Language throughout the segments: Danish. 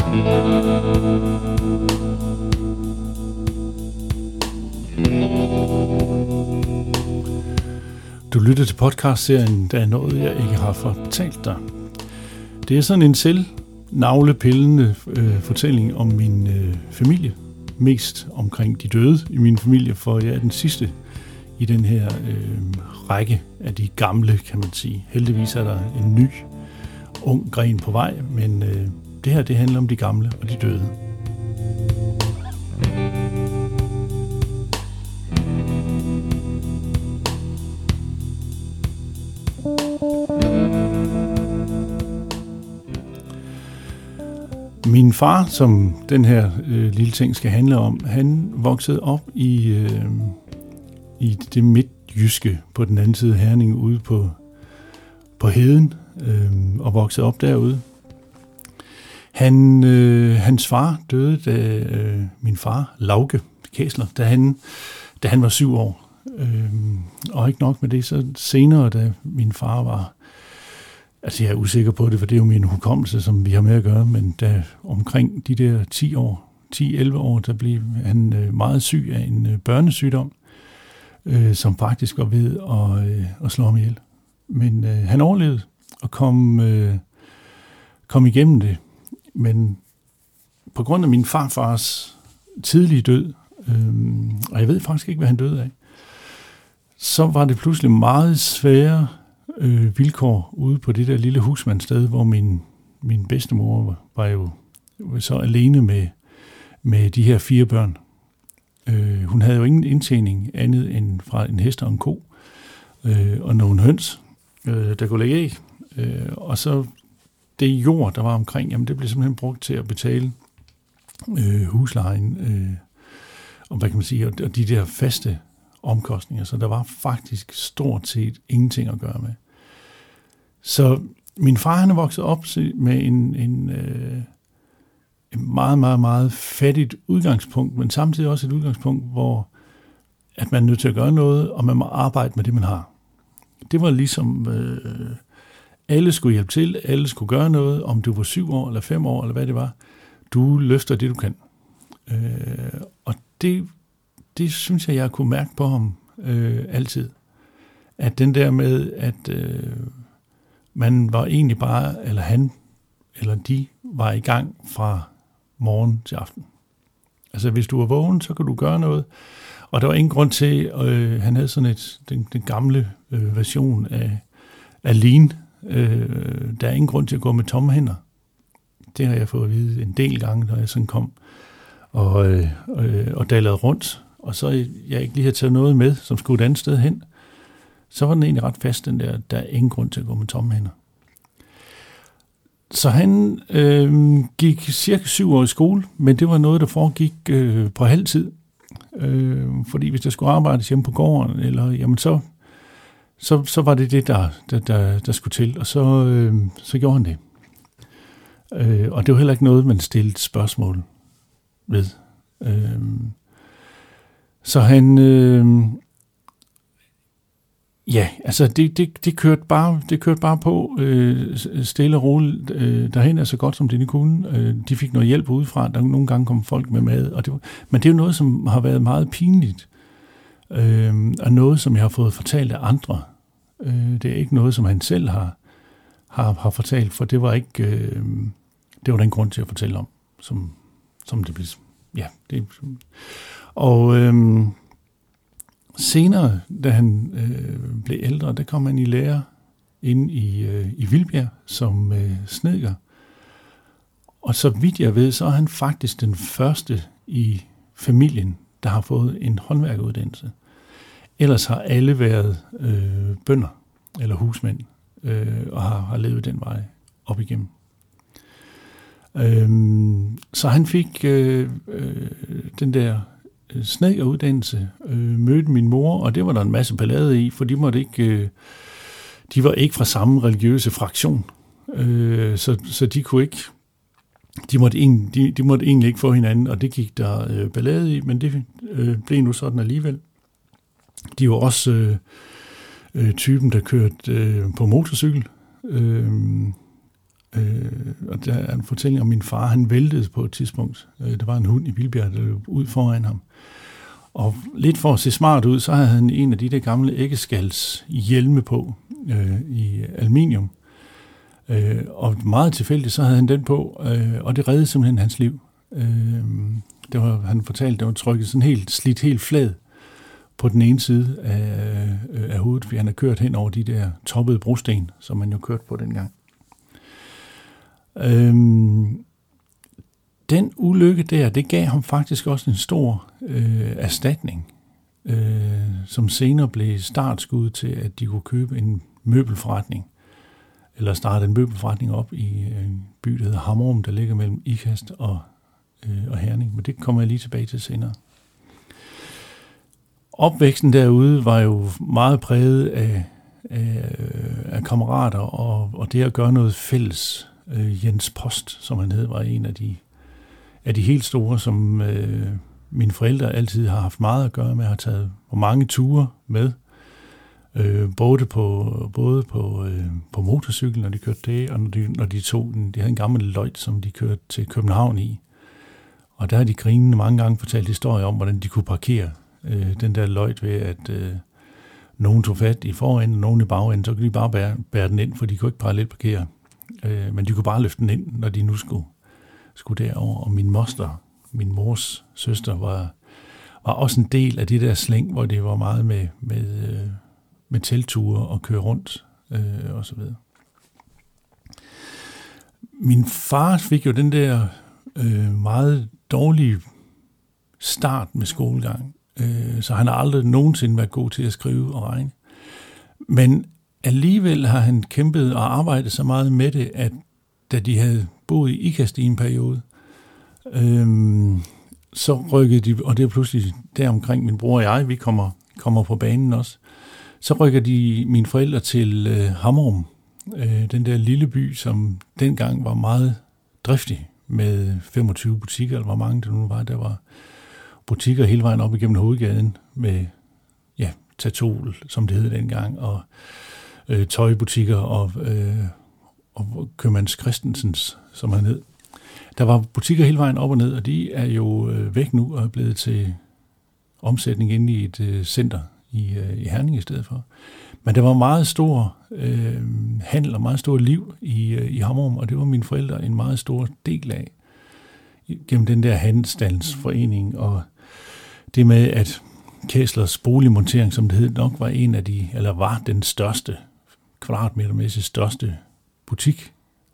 Du lytter til podcastserien, der er noget, jeg ikke har fortalt dig. Det er sådan en navlepillende fortælling om min familie. Mest omkring de døde i min familie, for jeg er den sidste i den her række af de gamle, kan man sige. Heldigvis er der en ny, ung gren på vej, men det her, det handler om de gamle og de døde. Min far, som den her lille ting skal handle om, han voksede op i det midtjyske på den anden side af Herning ude på heden og voksede op derude. Hans far døde, da min far, Lauke Kæsler, da han var 7 år. Og ikke nok med det, så senere, da min far var... Altså jeg er usikker på det, for det er jo min hukommelse, som vi har med at gøre, men da omkring de der 10-11 år, der blev han meget syg af en børnesygdom, som faktisk var ved at slå ham ihjel. Men han overlevede og kom igennem det. Men på grund af min farfars tidlige død, og jeg ved faktisk ikke, hvad han døde af, så var det pludselig meget svære vilkår ude på det der lille husmandssted, hvor min bedstemor var jo så alene med de her 4 børn. Hun havde jo ingen indtjening andet end fra en hest og en ko og nogle høns, der kunne lægge æg. Og så det jord, der var omkring, jamen det blev simpelthen brugt til at betale huslejen og hvad kan man sige, og de der faste omkostninger, så der var faktisk stort set ingenting at gøre med. Så min far, han er vokset op med en meget, meget, meget fattigt udgangspunkt, men samtidig også et udgangspunkt, hvor at man er nødt til at gøre noget, og man må arbejde med det, man har. Det var ligesom, alle skulle hjælpe til, alle skulle gøre noget, om du var 7 år eller 5 år, eller hvad det var. Du løfter det, du kan. Og det synes jeg kunne mærke på ham altid. At den der med, at man var egentlig bare, eller han, eller de, var i gang fra morgen til aften. Altså hvis du var vågen, så kunne du gøre noget. Og der var ingen grund til, han havde sådan den gamle version af lean. Der er ingen grund til at gå med tomme hænder. Det har jeg fået at vide en del gange, når jeg sådan kom og dalede rundt. Og så jeg ikke lige havde taget noget med, som skulle et andet sted hen, så var den egentlig ret fast, den der er ingen grund til at gå med tomme hænder. Så han gik cirka 7 år i skole, men det var noget, der foregik på halv tid. Fordi hvis der skulle arbejdes hjemme på gården, eller, jamen så var det der skulle til, og så gjorde han det. Og det var heller ikke noget, man stillede spørgsmål ved. Så han, altså det kørte bare på stille og roligt derhen, så godt som det kunne. De fik noget hjælp udefra, der nogle gange kom folk med mad, men det er jo noget, som har været meget pinligt, og noget, som jeg har fået fortalt af andre. Det er ikke noget, som han selv har fortalt, for det var ikke, det var den grund til at fortælle om, som det blev. Ja, det. Og senere, da han blev ældre, der kom han i lære inde i Vildbjerg som snedker. Og så vidt jeg ved, så er han faktisk den første i familien, der har fået en håndværkeruddannelse. Ellers har alle været bønder eller husmænd og har levet den vej op igennem. Så han fik den der snedkeruddannelse, mødte min mor, og det var der en masse ballade i, for de var ikke fra samme religiøse fraktion, så de kunne ikke, de måtte egentlig ikke få hinanden, og det gik der ballade i, men det blev nu sådan alligevel. De var også typen, der kørte på motorcykel, Og der er en fortælling om min far, han væltede på et tidspunkt. Der var en hund i Vildbjerg, der løb ud foran ham. Og lidt for at se smart ud, så havde han en af de der gamle æggeskals hjelme på i aluminium. Og meget tilfældigt, så havde han den på, og det reddede simpelthen hans liv. Han fortalte, det var trykket sådan helt slidt helt flad på den ene side af hovedet, fordi han havde kørt hen over de der toppede brosten, som man jo kørte på dengang. Den ulykke der, det gav ham faktisk også en stor erstatning, som senere blev startskud til, at de kunne købe en møbelforretning, eller starte en møbelforretning op i en by, der hedder Hammerum, der ligger mellem Ikast og Herning, men det kommer jeg lige tilbage til senere. Opvæksten derude var jo meget præget af kammerater og det at gøre noget fælles. Jens Post, som han hed, var en af de helt store, som mine forældre altid har haft meget at gøre med, har taget mange ture med, både på motorcykel, når de kørte det, og når de havde en gammel Lloyd, som de kørte til København i. Og der har de grinende mange gange fortalt historier om, hvordan de kunne parkere den der Lloyd ved, at nogen tog fat i forenden, og nogen i bagenden, så kunne de bare bære den ind, for de kunne ikke parallelt parkere. Men de kunne bare løfte den ind, når de nu skulle derover. Og min mors søster, var også en del af det der slæng, hvor det var meget med teltture og køre rundt og så videre. Min far fik jo den der meget dårlige start med skolegang, så han har aldrig nogensinde været god til at skrive og regne. Men alligevel har han kæmpet og arbejdet så meget med det, at da de havde boet i Ikast i en periode, så rykkede de, og det er pludselig deromkring min bror og jeg, vi kommer på banen også, så rykker de mine forældre til Hammerum, den der lille by, som dengang var meget driftig med 25 butikker, eller hvor mange det nu var. Der var butikker hele vejen op igennem hovedgaden med Tatol, som det hed dengang, og tøjbutikker og købmands Christensens, som han hed. Der var butikker hele vejen op og ned, og de er jo væk nu og er blevet til omsætning inde i et center i Herning i stedet for. Men der var meget stor handel og meget stor liv i Hammerum, og det var mine forældre en meget stor del af gennem den der handelsstandsforening, og det med, at Kæslers boligmontering, som det hed, nok var den største, kvadratmetermæssigt største butik.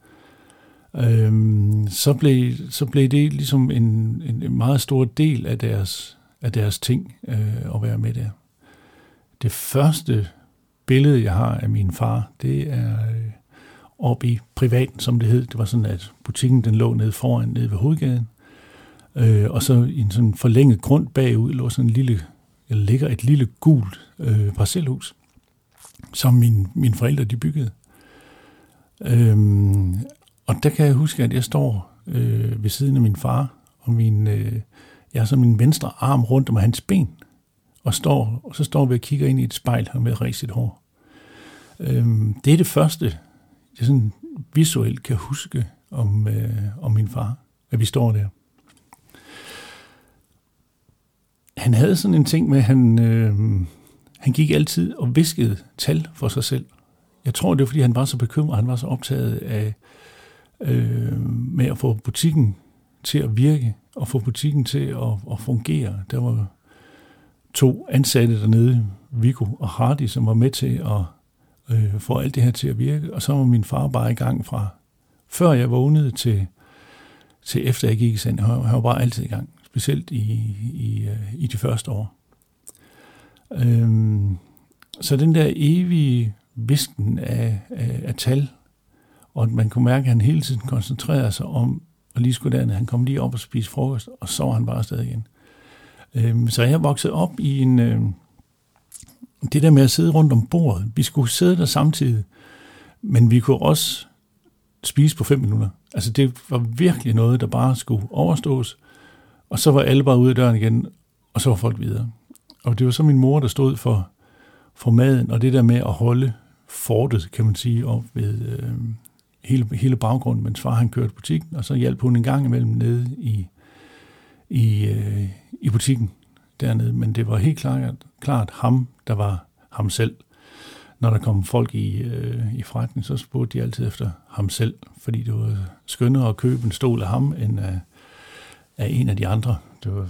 Så blev det ligesom en meget stor del af deres ting at være med der. Det første billede, jeg har af min far, det er oppe i privaten, som det hed. Det var sådan, at butikken den lå nede ved hovedgaden, og så i en sådan forlænget grund bagud ligger et lille gult parcelhus, som mine forældre de byggede. Og der kan jeg huske, at jeg står ved siden af min far, og jeg har så min venstre arm rundt om hans ben, og så står vi og kigger ind i et spejl her med ræs sit hår. Det er det første, jeg sådan visuelt kan huske om min far, at vi står der. Han havde sådan en ting med, han gik altid og viskede tal for sig selv. Jeg tror, det var, fordi han var så bekymret, han var så optaget af med at få butikken til at virke, og få butikken til at fungere. Der var 2 ansatte dernede, Viggo og Hardy, som var med til at få alt det her til at virke, og så var min far bare i gang fra før jeg vågnede til efter jeg gik i seng. Han var bare altid i gang, specielt i de første år. Så den der evige visken af tal, og man kunne mærke, at han hele tiden koncentrerede sig om at lige skulle derned. Han kom lige op og spise frokost, og så var han bare stadig igen. Så jeg voksede op i det der med at sidde rundt om bordet. Vi skulle sidde der samtidig, men vi kunne også spise på 5 minutter. Altså det var virkelig noget, der bare skulle overstås, og så var alle bare ude af døren igen, og så var folk videre. Og det var så min mor, der stod for maden, og det der med at holde fortet, kan man sige, op ved hele baggrunden, mens far han kørte butikken, og så hjalp hun en gang imellem nede i butikken dernede. Men det var helt klart ham, der var ham selv. Når der kom folk i forretning, så spurgte de altid efter ham selv, fordi det var skønnere at købe en stol af ham, end af en af de andre. Det var,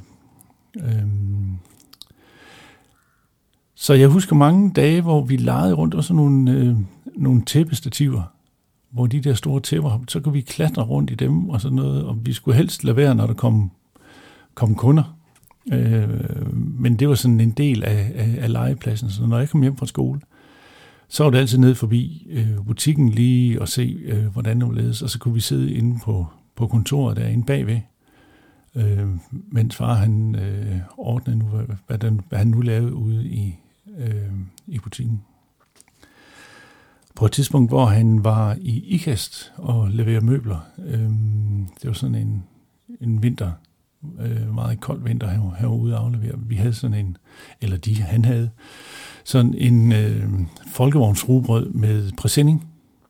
Så jeg husker mange dage, hvor vi legede rundt, og sådan nogle tæppestativer, hvor de der store tæpper, så kunne vi klatre rundt i dem og sådan noget, og vi skulle helst lade være, når der kom kunder. Men det var sådan en del af legepladsen, så når jeg kom hjem fra skole, så var det altid ned forbi butikken lige og se, hvordan det var ledes, og så kunne vi sidde inde på kontoret derinde bagved, mens far han ordnede nu, hvad han nu lavede ude i butikken. På et tidspunkt, hvor han var i Ikast og leverede møbler, det var sådan en vinter, meget kold vinter, herude at aflevere. Vi havde sådan han havde sådan en folkevognsrugbrød med præsending,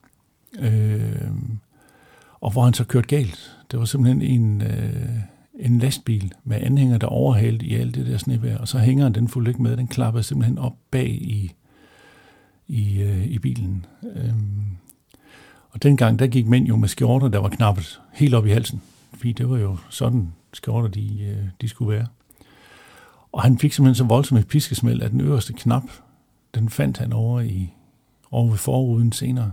og hvor han så kørte galt. Det var simpelthen en lastbil med anhænger, der overhalede i alt det der snevejr, og så hængeren, den fulgte ikke med, den klappede simpelthen op bag i bilen. Og dengang, der gik mænd jo med skjorter, der var knappet helt op i halsen, fordi det var jo sådan skjorter, de skulle være. Og han fik simpelthen så voldsomt et piskesmæld, at den øverste knap, den fandt han over ved forruden senere.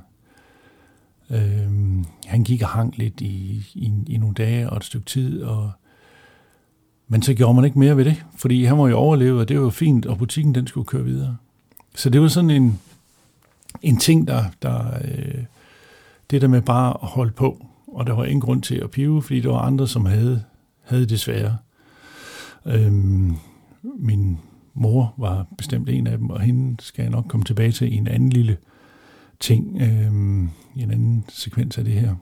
Han gik og hang lidt i nogle dage og et stykke tid, men så gjorde man ikke mere ved det, fordi han var jo overlevet, og det var jo fint, og butikken den skulle køre videre. Så det var sådan en ting, der det der med bare at holde på, og der var ingen grund til at pive, fordi der var andre, som havde det svære. Min mor var bestemt en af dem, og hende skal jeg nok komme tilbage til i en anden lille ting, i en anden sekvens af det her.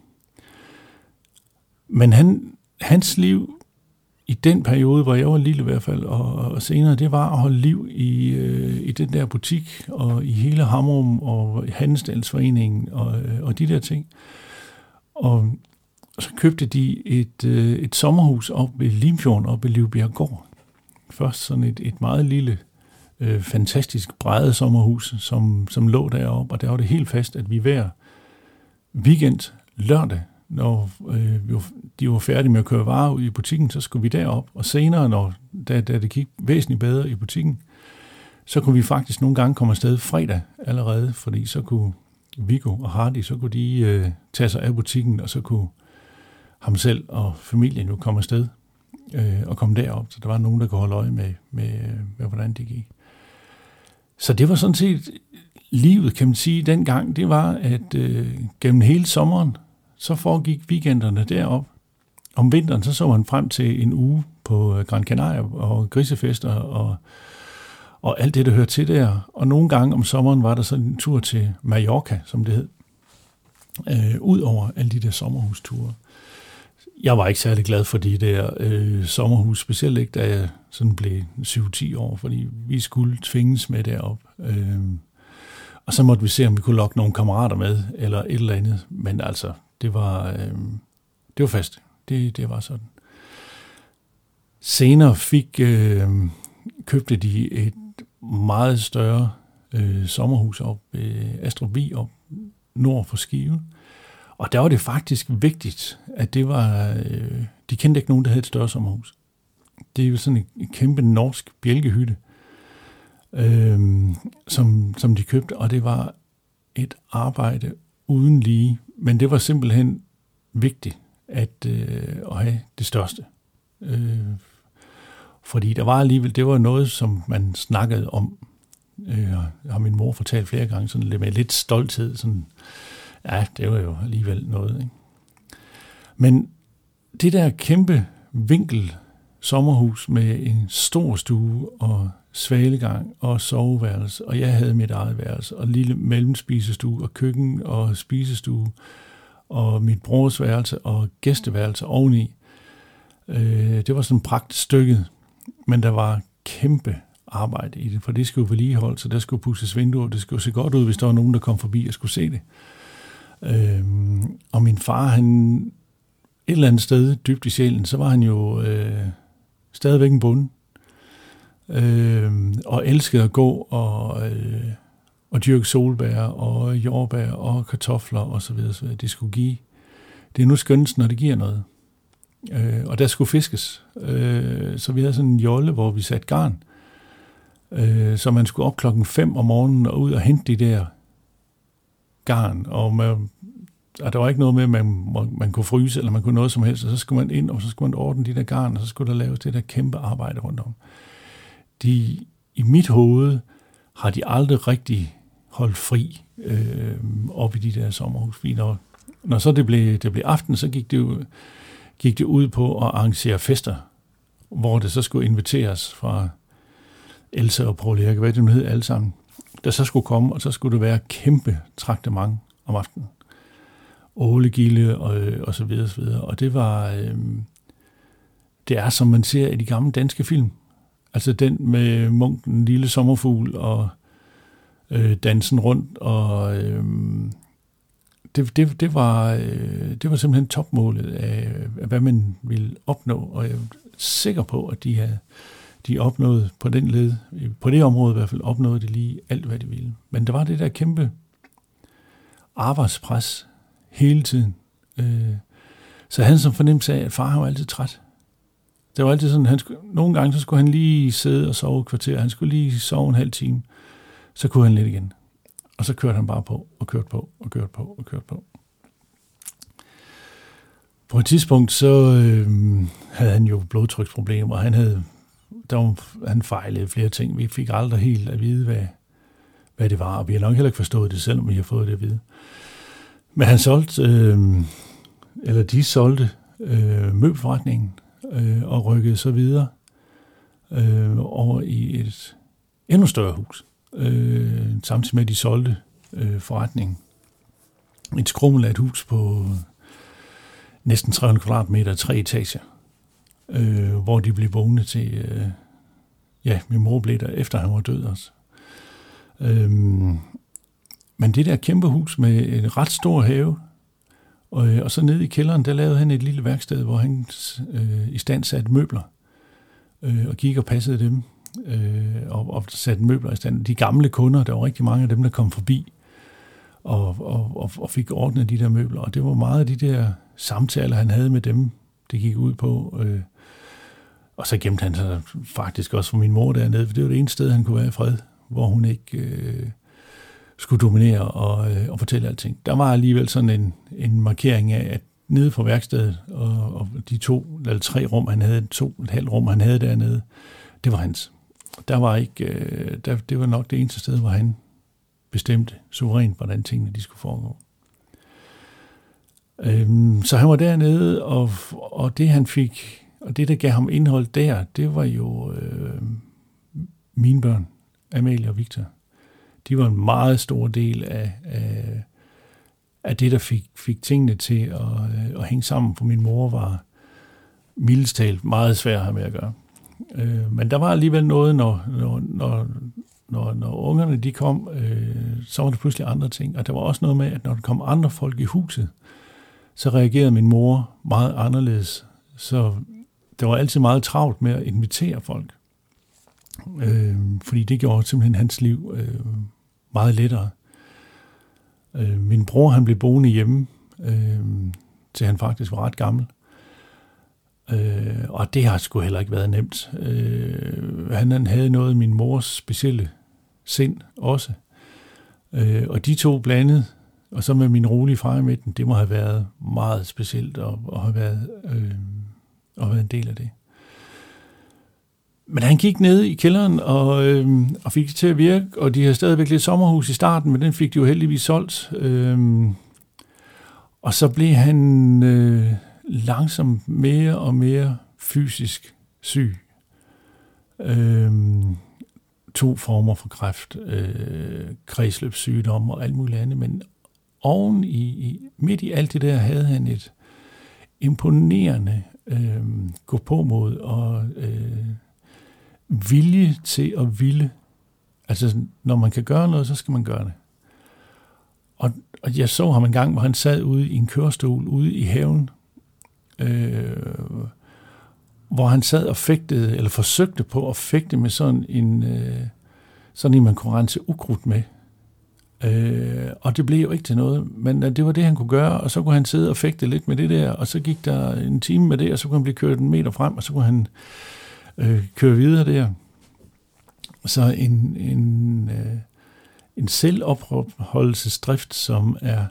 Men hans liv i den periode, hvor jeg var lille i hvert fald, og senere, det var at holde liv i den der butik, og i hele Hammerum, og Handelsdalsforeningen, og de der ting. Og så købte de et sommerhus op ved Limfjorden, op ved Livbjerggård. Først sådan et meget lille, fantastisk brædet sommerhus, som lå deroppe, og der var det helt fast, at vi hver weekend, lørdag, når de var færdige med at køre varer ud i butikken, så skulle vi derop, og senere, da det gik væsentligt bedre i butikken, så kunne vi faktisk nogle gange komme afsted fredag allerede, fordi så kunne Viggo og Hardy, så kunne de tage sig af butikken, og så kunne ham selv og familien jo komme afsted og komme derop, så der var nogen, der kunne holde øje med hvordan det gik. Så det var sådan set livet, kan man sige, dengang. Det var, at gennem hele sommeren, så foregik weekenderne derop. Om vinteren, så man frem til en uge på Gran Canaria og grisefester og alt det, der hører til der. Og nogle gange om sommeren var der sådan en tur til Mallorca, som det hed. Ud over alle de der sommerhusture. Jeg var ikke særlig glad for de der sommerhus, specielt ikke, da jeg sådan blev 7-10 år, fordi vi skulle tvinges med derop. Og så måtte vi se, om vi kunne lokke nogle kammerater med, eller et eller andet. Men altså, det var fast. Det var sådan. Senere købte de et meget større sommerhus op ved Astrup Vig, op nord for Skive. Og der var det faktisk vigtigt, at det var, de kendte ikke nogen, der havde et større sommerhus. Det er jo sådan en kæmpe norsk bjælkehytte, som de købte, og det var et arbejde uden lige, men det var simpelthen vigtigt at have det største. Fordi der var alligevel, det var noget, som man snakkede om, har min mor fortalt flere gange, sådan med lidt stolthed, sådan, ja, det var jo alligevel noget, ikke? Men det der kæmpe vinkel sommerhus med en stor stue og svalegang og soveværelse, og jeg havde mit eget værelse, og lille mellemspisestue og køkken og spisestue, og mit brors værelse og gæsteværelse oveni. Det var sådan et pragtstykke, men der var kæmpe arbejde i det, for det skulle vedligeholdes, så der skulle pudses vinduer, det skulle se godt ud, hvis der var nogen, der kom forbi og skulle se det. Og min far, han et eller andet sted dybt i sjælen, så var han jo stadigvæk en bonde. Og elskede at gå og dyrke solbær og jordbær og kartofler og så videre, så videre. Det skulle give. Det er nu skønnest, når det giver noget. Og der skulle fiskes. Så vi havde sådan en jolle, hvor vi satte garn. Så man skulle op 5:00 om morgenen og ud og hente de der garn. Og der var ikke noget med, at man kunne fryse, eller man kunne noget som helst. Og så skulle man ind, og så skulle man ordne de der garn, og så skulle der laves det der kæmpe arbejde rundt om. I mit hoved har de aldrig rigtig holdt fri op i de der sommerhus. Når så det blev aften, så gik det ud på at arrangere fester, hvor det så skulle inviteres fra Elsa og Paul Erik, hvad det nu hed, alle sammen, der så skulle komme, og så skulle det være kæmpe traktement om aftenen. Ålegilde og så videre, så videre. Og det var, det er som man ser i de gamle danske film. Altså den med munken, lille sommerfugl og dansen rundt, og det var simpelthen topmålet af hvad man ville opnå, og jeg er sikker på, at de opnåede på den led, på det område i hvert fald, opnåede det lige alt, hvad de ville. Men der var det der kæmpe arbejdspres hele tiden. Så han som fornemmelse af, at far var altid træt. Det var altid sådan, nogle gange så skulle han lige sidde og sove et kvarter, han skulle lige sove en halv time, så kunne han lidt igen. Og så kørte han bare på, og kørte på, og kørte på, og kørte på. På et tidspunkt, så havde han jo blodtryksproblemer, og han fejlede flere ting. Vi fik aldrig helt at vide, hvad det var, og vi har nok heller ikke forstået det, selvom vi har fået det at vide. Men han de solgte møbelforretningen, og rykkede så videre over i et endnu større hus. Samtidig med, at de solgte forretningen. Et skrummelat hus på næsten 300 kvadratmeter, 3 etager, hvor de blev boende til, min mor blev der, efter han var død også. Men det der kæmpe hus med en ret stor have, og så nede i kælderen, der lavede han et lille værksted, hvor han istandsatte møbler, og gik og passede dem, og satte møbler i stand. De gamle kunder, der var rigtig mange af dem, der kom forbi, og fik ordnet de der møbler, og det var meget af de der samtaler, han havde med dem, det gik ud på. Og så gemte han sig faktisk også for min mor dernede, for det var det eneste sted, han kunne være i fred, hvor hun ikke skulle dominere og fortælle alting. Der var alligevel sådan en markering af, at nede på værkstedet, og de 2 eller 3 rum, han havde, 2,5 rum, han havde dernede, det var hans. Der var ikke, det var nok det eneste sted, hvor han bestemte suverænt, hvordan tingene de skulle foregå. Så han var dernede, og det han fik, og det der gav ham indhold der, det var jo mine børn, Amalie og Victor. De var en meget stor del af det, der fik tingene til at hænge sammen, for min mor var mildest talt meget svær at have med at gøre. Men der var alligevel noget, når ungerne de kom, så var der pludselig andre ting. Og der var også noget med, at når der kom andre folk i huset, så reagerede min mor meget anderledes. Så der var altid meget travlt med at invitere folk. Fordi det gjorde simpelthen hans liv meget lettere. Min bror, han blev boende hjemme, til han faktisk var ret gammel. Og det har sgu heller ikke været nemt. Han havde noget af min mors specielle sind også. Og de 2 blandet, og så med min rolige far i midten, det må have været meget specielt at have været en del af det. Men han gik ned i kælderen og fik det til at virke, og de havde stadigvæk lidt sommerhus i starten, men den fik de jo heldigvis solgt. Og så blev han langsomt mere og mere fysisk syg. 2 former for kræft, kredsløbssygdom og alt muligt andet, men midt i alt det der havde han et imponerende gå på mod og vilje til at ville. Altså, når man kan gøre noget, så skal man gøre det. og jeg så ham en gang, hvor han sad ude i en kørestol ude i haven, hvor han sad og fægtede, eller forsøgte på at fægte med sådan en man kunne rense ukrudt med. Og det blev jo ikke til noget, men det var det, han kunne gøre, og så kunne han sidde og fægte lidt med det der, og så gik der en time med det, og så kunne han blive kørt en meter frem, og så kunne han køre videre der. Så en selvopholdelsesdrift, som er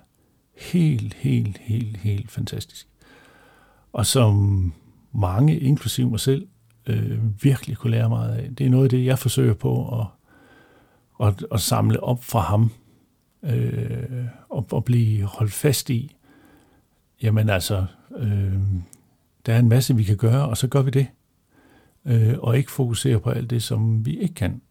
helt fantastisk. Og som mange, inklusive mig selv, virkelig kunne lære meget af. Det er noget af det, jeg forsøger på at samle op fra ham, og blive holdt fast i. Jamen altså, der er en masse, vi kan gøre, og så gør vi det. Og ikke fokusere på alt det, som vi ikke kan.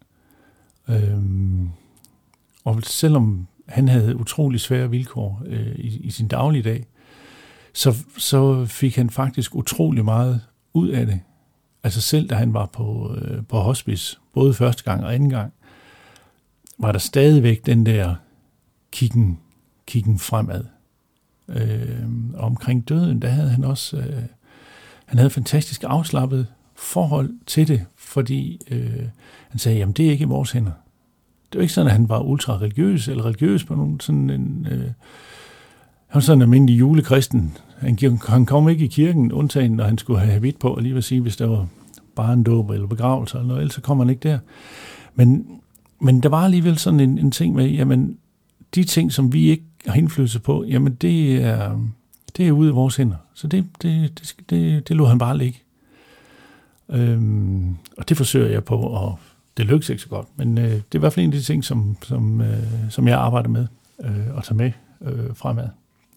Og selvom han havde utrolig svære vilkår i sin dagligdag, så fik han faktisk utrolig meget ud af det. Altså selv da han var på hospice, både første gang og anden gang, var der stadigvæk den der kiggen fremad. Og omkring døden, der havde han også han havde fantastisk afslappet forhold til det, fordi han sagde, jamen det er ikke i vores hænder. Det var ikke sådan, at han var ultra-religiøs, eller religiøs på nogen sådan en... han var sådan en almindelig julekristen. Han kom ikke i kirken, undtagen, når han skulle have habit på, og lige vil sige, hvis der var barndåb eller begravelse eller noget, ellers så kom han ikke der. Men der var alligevel sådan en ting med, jamen, de ting, som vi ikke har indflydelse på, jamen, det er ude af vores hænder. Så det lå han bare ligge. Og det forsøger jeg på, og det lykkes ikke så godt, men det er i hvert fald en af de ting, som jeg arbejder med og tager med fremad.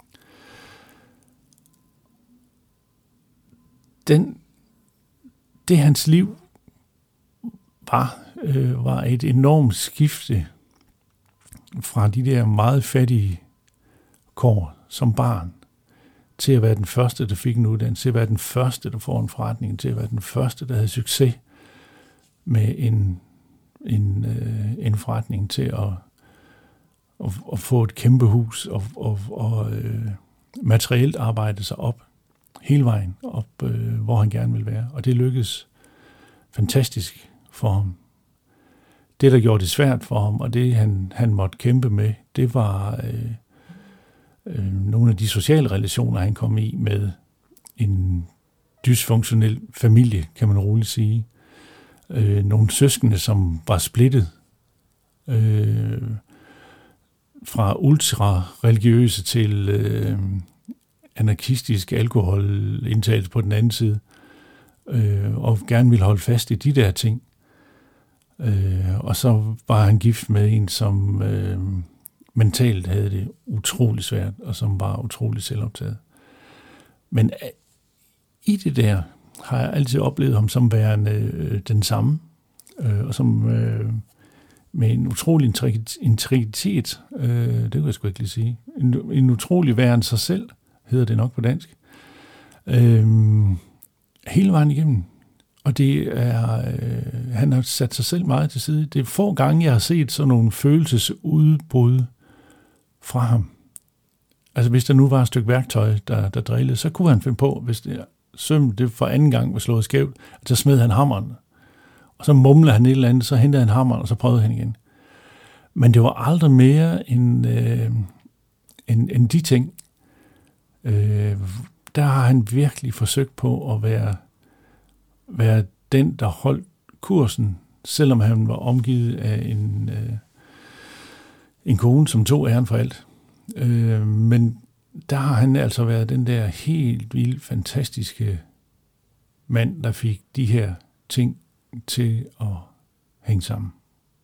Det hans liv var et enormt skifte fra de der meget fattige kår som barn, til at være den første, der fik en uddannelse, til at være den første, der får en forretning, til at være den første, der havde succes med en forretning, til at få et kæmpe hus og materielt arbejde sig op hele vejen op, hvor han gerne vil være. Og det lykkedes fantastisk for ham. Det, der gjorde det svært for ham, og det han måtte kæmpe med, det var nogle af de sociale relationer, han kom i med en dysfunktionel familie, kan man roligt sige. Nogle søskende, som var splittet fra ultra-religiøse til anarkistisk alkoholindtagelse på den anden side, og gerne ville holde fast i de der ting. Og så var han gift med en, som mentalt havde det utrolig svært, og som var utrolig selvoptaget. Men i det der har jeg altid oplevet ham som værende den samme, og som med en utrolig integritet, det kan jeg sgu ikke lige sige, en utrolig væren sig selv, hedder det nok på dansk, hele vejen igennem. Og det er, han har sat sig selv meget til side. Det er få gange, jeg har set sådan nogle følelsesudbrud fra ham. Altså hvis der nu var et stykke værktøj, der drillede, så kunne han finde på, hvis det for anden gang var slået skævt, at så smed han hammeren. Og så mumlede han et eller andet, så hentede han hammeren, og så prøvede han igen. Men det var aldrig mere end de ting. Der har han virkelig forsøgt på at være den, der holdt kursen, selvom han var omgivet af en kone, som tog æren for alt. Men der har han altså været den der helt vildt fantastiske mand, der fik de her ting til at hænge sammen.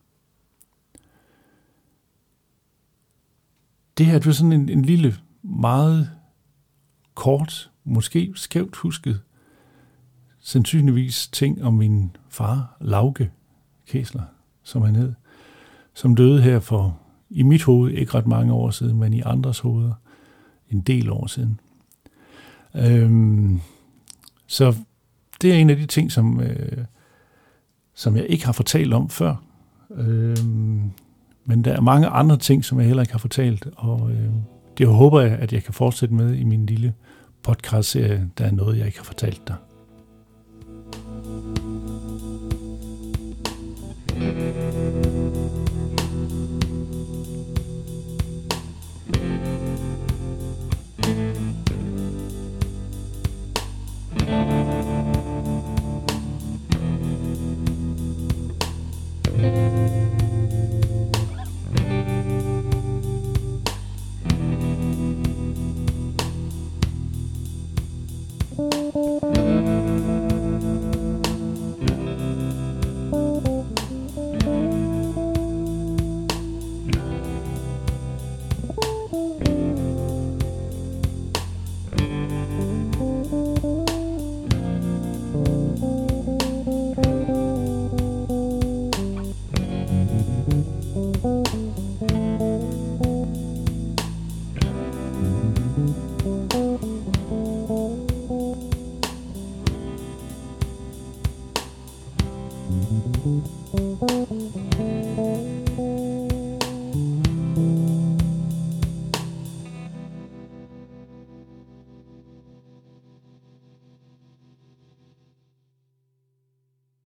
Det her, det var sådan en lille, meget kort, måske skævt husket, sandsynligvis ting om min far, Lauke Kæsler, som han hed, som døde her for, i mit hoved, ikke ret mange år siden, men i andres hoveder, en del år siden. Så det er en af de ting, som jeg ikke har fortalt om før. Men der er mange andre ting, som jeg heller ikke har fortalt, og det håber jeg, at jeg kan fortsætte med i min lille podcast-serie. Der er noget, jeg ikke har fortalt dig.